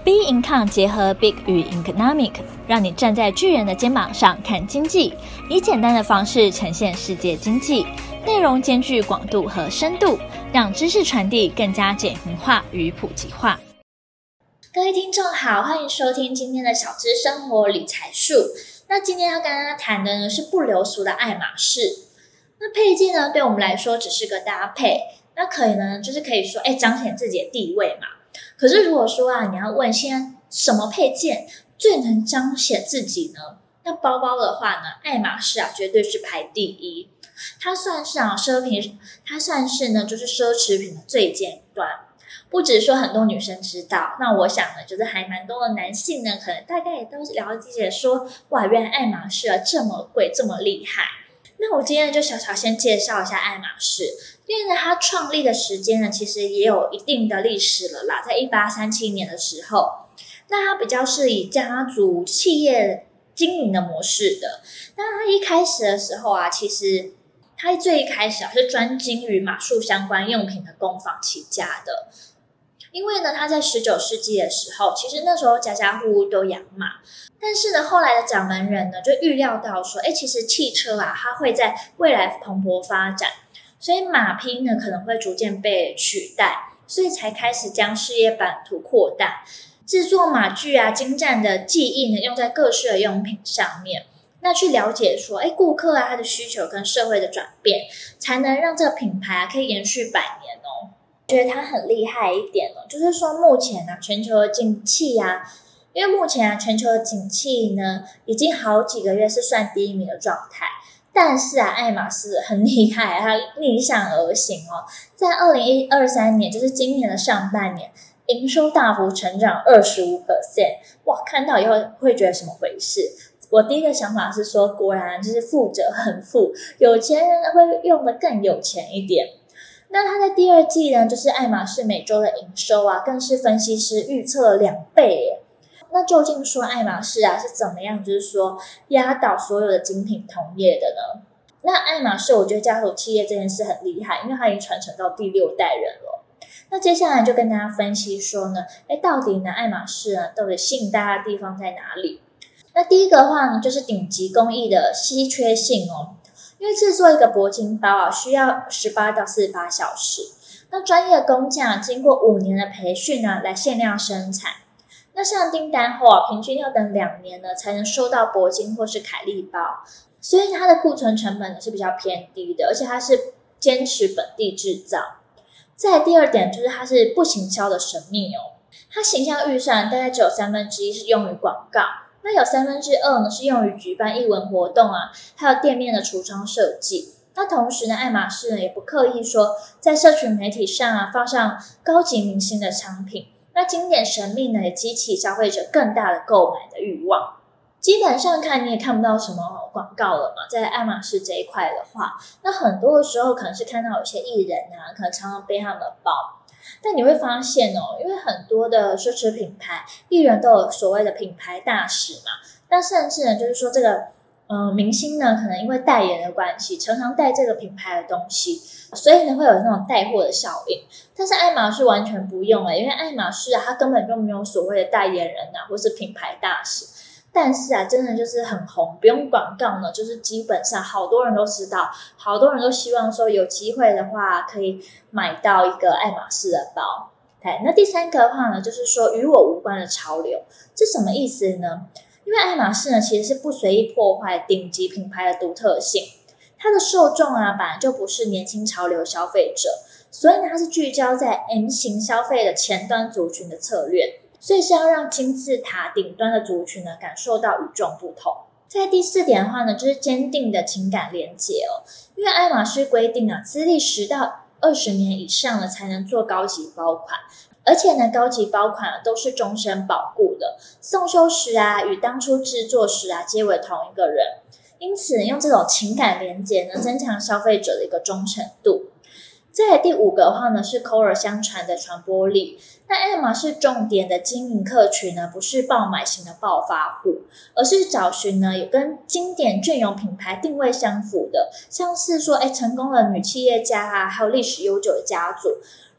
B Income 结合 Big 与 Economic， 让你站在巨人的肩膀上看经济，以简单的方式呈现世界经济，内容兼具广度和深度，让知识传递更加简明化与普及化。各位听众好，欢迎收听今天的小资生活理财树。那今天要跟大家谈的呢是不流俗的爱马仕。那配件呢对我们来说只是个搭配，那可以呢就是可以说彰显自己的地位嘛。可是如果说你要问现在什么配件最能彰显自己呢？那包包的话呢，爱马仕绝对是排第一。它算是它算是呢就是奢侈品的最尖端。不只说很多女生知道，那我想呢就是还蛮多的男性呢可能大概也都了解说，哇，原来爱马仕这么贵这么厉害。那我今天就小先介绍一下爱马仕，因为呢它创立的时间呢其实也有一定的历史了啦，在1837年的时候。那它比较是以家族企业经营的模式的。那它一开始的时候其实它最一开始是专精于马术相关用品的工坊起家的。因为呢，它在19世纪的时候，其实那时候家家户户都养马，但是呢，后来的掌门人呢就预料到说，其实汽车它会在未来蓬勃发展，所以马匹呢可能会逐渐被取代，所以才开始将事业版图扩大，制作马具精湛的技艺呢用在各式的用品上面。那去了解说，顾客他的需求跟社会的转变，才能让这个品牌可以延续100年哦。觉得它很厉害一点就是说目前全球的景气因为目前全球的景气呢已经好几个月是算低迷的状态，但是爱马仕很厉害，它逆向而行在2023年就是今年的上半年，营收大幅成长 25%， 哇，看到以后会觉得什么回事？我第一个想法是说，果然就是富者恒富，有钱人会用得更有钱一点。那它在第二季呢，就是爱马仕每周的营收更是分析师预测了2倍耶。那究竟说爱马仕是怎么样，就是说压倒所有的精品同业的呢？那爱马仕我觉得家族企业这件事很厉害，因为它已经传承到第6代人了。那接下来就跟大家分析说呢，到底呢爱马仕到底吸引大家的地方在哪里？那第一个的话呢，就是顶级工艺的稀缺性因为制作一个铂金包需要18到48小时，那专业的工匠经过5年的培训来限量生产。那上订单后平均要等2年呢才能收到铂金或是凯利包，所以它的库存成本是比较偏低的，而且它是坚持本地制造。再来第二点就是它是不行销的神秘它形象预算大概只有1/3是用于广告，那有2/3呢是用于举办艺文活动还有店面的橱窗设计。那同时呢，爱马仕也不刻意说在社群媒体上放上高级明星的商品，那经典神秘呢也激起消费者更大的购买的欲望。基本上你也看不到什么广告了嘛，在爱马仕这一块的话，那很多的时候可能是看到有些艺人可能常常背他们的包。但你会发现因为很多的奢侈品牌艺人都有所谓的品牌大使嘛，那甚至呢就是说这个明星呢可能因为代言的关系常常带这个品牌的东西，所以呢会有那种带货的效应。但是爱马仕完全不用因为爱马仕它根本就没有所谓的代言人或是品牌大使，但是真的就是很红，不用广告呢，就是基本上好多人都知道，好多人都希望说有机会的话可以买到一个爱马仕的包。那第三个的话呢，就是说与我无关的潮流，这什么意思呢？因为爱马仕呢其实是不随意破坏顶级品牌的独特性，它的受众本来就不是年轻潮流消费者，所以呢它是聚焦在 M 型消费的前端族群的策略，所以是要让金字塔顶端的族群感受到与众不同。在第4点的话呢，就是坚定的情感连结因为爱马仕规定资历10到20年以上才能做高级包款，而且呢高级包款都是终身保固的，送修时与当初制作时皆为同一个人，因此用这种情感连结呢增强消费者的一个忠诚度。再来第5个的话呢，是口耳相传的传播力。那爱马仕重点的经营客群呢，不是爆买型的暴发户，而是找寻有跟经典隽永品牌定位相符的，像是说成功的女企业家还有历史悠久的家族，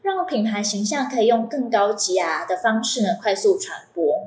让品牌形象可以用更高级的方式呢快速传播。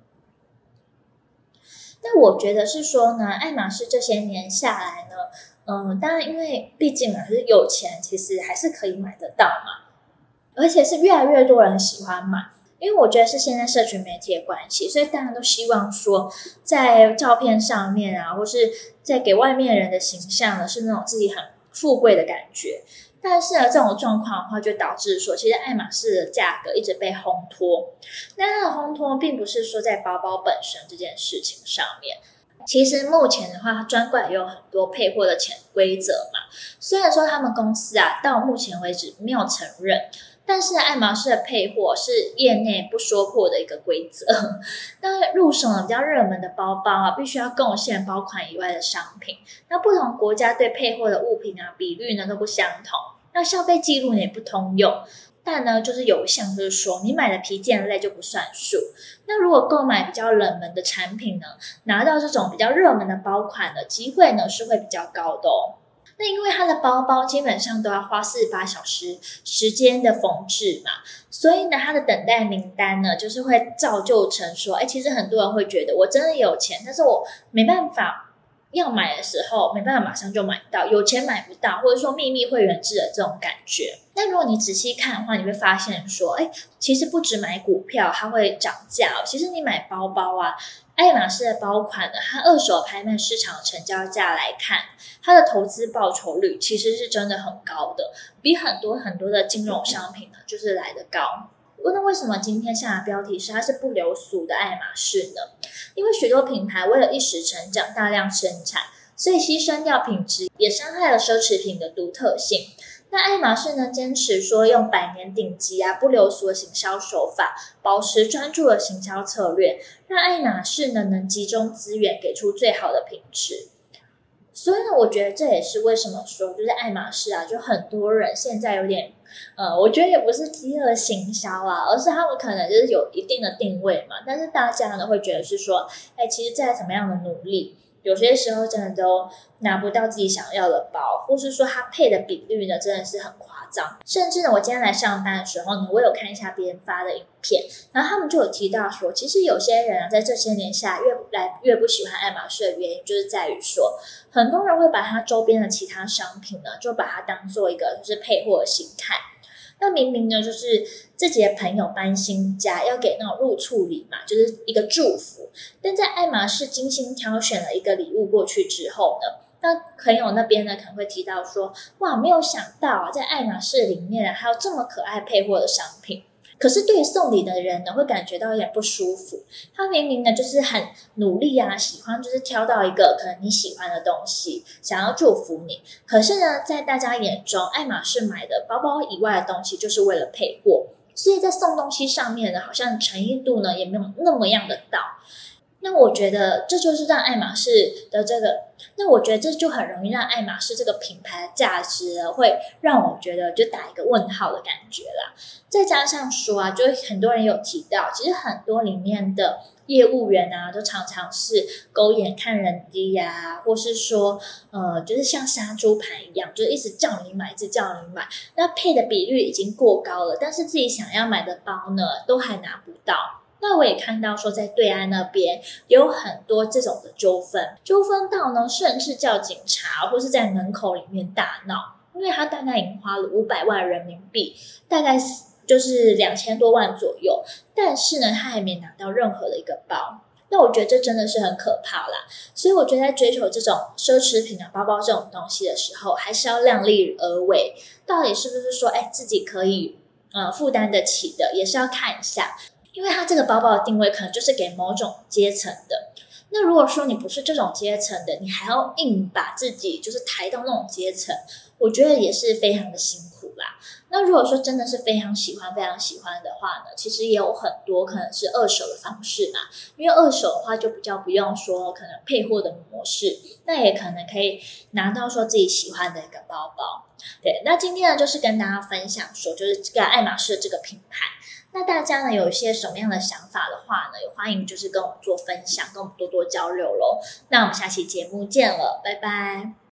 但我觉得是说呢，爱马仕这些年下来呢，当然因为毕竟是有钱，其实还是可以买得到嘛，而且是越来越多人喜欢买。因为我觉得是现在社群媒体的关系，所以大家都希望说在照片上面或是在给外面人的形象呢是那种自己很富贵的感觉。但是呢，这种状况的话就导致说其实爱马仕的价格一直被烘托。那它的烘托并不是说在包包本身这件事情上面，其实目前的话专柜也有很多配货的潜规则嘛，虽然说他们公司到目前为止没有承认，但是爱马仕的配货是业内不说破的一个规则。那入手比较热门的包包必须要贡献包款以外的商品。那不同国家对配货的物品比率呢都不相同，那消费记录呢也不通用。但呢，就是有一项就是说，你买的皮件类就不算数。那如果购买比较冷门的产品呢，拿到这种比较热门的包款的机会呢是会比较高的哦。那因为它的包包基本上都要花48小时时间的缝制嘛，所以呢，它的等待名单呢，就是会造就成说，其实很多人会觉得我真的有钱，但是我没办法要买的时候没办法马上就买到，有钱买不到，或者说秘密会员制的这种感觉。那如果你仔细看的话，你会发现说，其实不止买股票它会涨价，其实你买包包爱马仕的包款呢，它二手拍卖市场成交价来看，它的投资报酬率其实是真的很高的，比很多很多的金融商品呢就是来得高。那为什么今天下的标题是它是不流俗的爱马仕呢？因为许多品牌为了一时成长大量生产，所以牺牲掉品质，也伤害了奢侈品的独特性。那爱马仕呢，坚持说用百年顶级不流俗的行销手法，保持专注的行销策略，让爱马仕呢能集中资源给出最好的品质。所以呢，我觉得这也是为什么说就是爱马仕就很多人现在有点我觉得也不是饥饿行销而是他们可能就是有一定的定位嘛，但是大家呢会觉得是说其实再怎么样的努力，有些时候真的都拿不到自己想要的包，或是说它配的比率呢真的是很夸张。甚至呢，我今天来上班的时候呢，我有看一下别人发的影片，然后他们就有提到说，其实有些人在这些年下越来越不喜欢爱马仕的原因，就是在于说，很多人会把它周边的其他商品呢，就把它当做一个就是配货的心态。那明明呢，就是自己的朋友搬新家要给那种入厝礼嘛，就是一个祝福。但在爱马仕精心挑选了一个礼物过去之后呢，那朋友那边呢可能会提到说，哇，没有想到在爱马仕里面还有这么可爱配货的商品。可是对于送礼的人呢，会感觉到有点不舒服。他明明呢就是很努力喜欢就是挑到一个可能你喜欢的东西，想要祝福你。可是呢，在大家眼中，爱马仕买的包包以外的东西就是为了配货，所以在送东西上面呢，好像诚意度呢也没有那么样的到。那我觉得这就是让爱马仕的我觉得这就很容易让爱马仕这个品牌的价值会让我觉得就打一个问号的感觉啦。再加上说就很多人有提到，其实很多里面的业务员都常常是狗眼看人低或是说就是像杀猪盘一样，就是一直叫你买，一直叫你买。那配的比率已经过高了，但是自己想要买的包呢，都还拿不到。那我也看到说在对岸那边有很多这种的纠纷到呢，甚至叫警察或是在门口里面大闹，因为他大概已经花了500万人民币，大概就是2000多万左右，但是呢他还没拿到任何的一个包。那我觉得这真的是很可怕啦。所以我觉得在追求这种奢侈品包包这种东西的时候，还是要量力而为，到底是不是说自己可以负担得起的，也是要看一下。因为它这个包包的定位可能就是给某种阶层的，那如果说你不是这种阶层的，你还要硬把自己就是抬到那种阶层，我觉得也是非常的辛苦啦。那如果说真的是非常喜欢的话呢，其实也有很多可能是二手的方式嘛，因为二手的话就比较不用说可能配货的模式，那也可能可以拿到说自己喜欢的一个包包。对，那今天呢就是跟大家分享说，就是这个爱马仕这个品牌。那大家呢有一些什么样的想法的话呢，也欢迎就是跟我们做分享，跟我们多多交流咯。那我们下期节目见了，拜拜。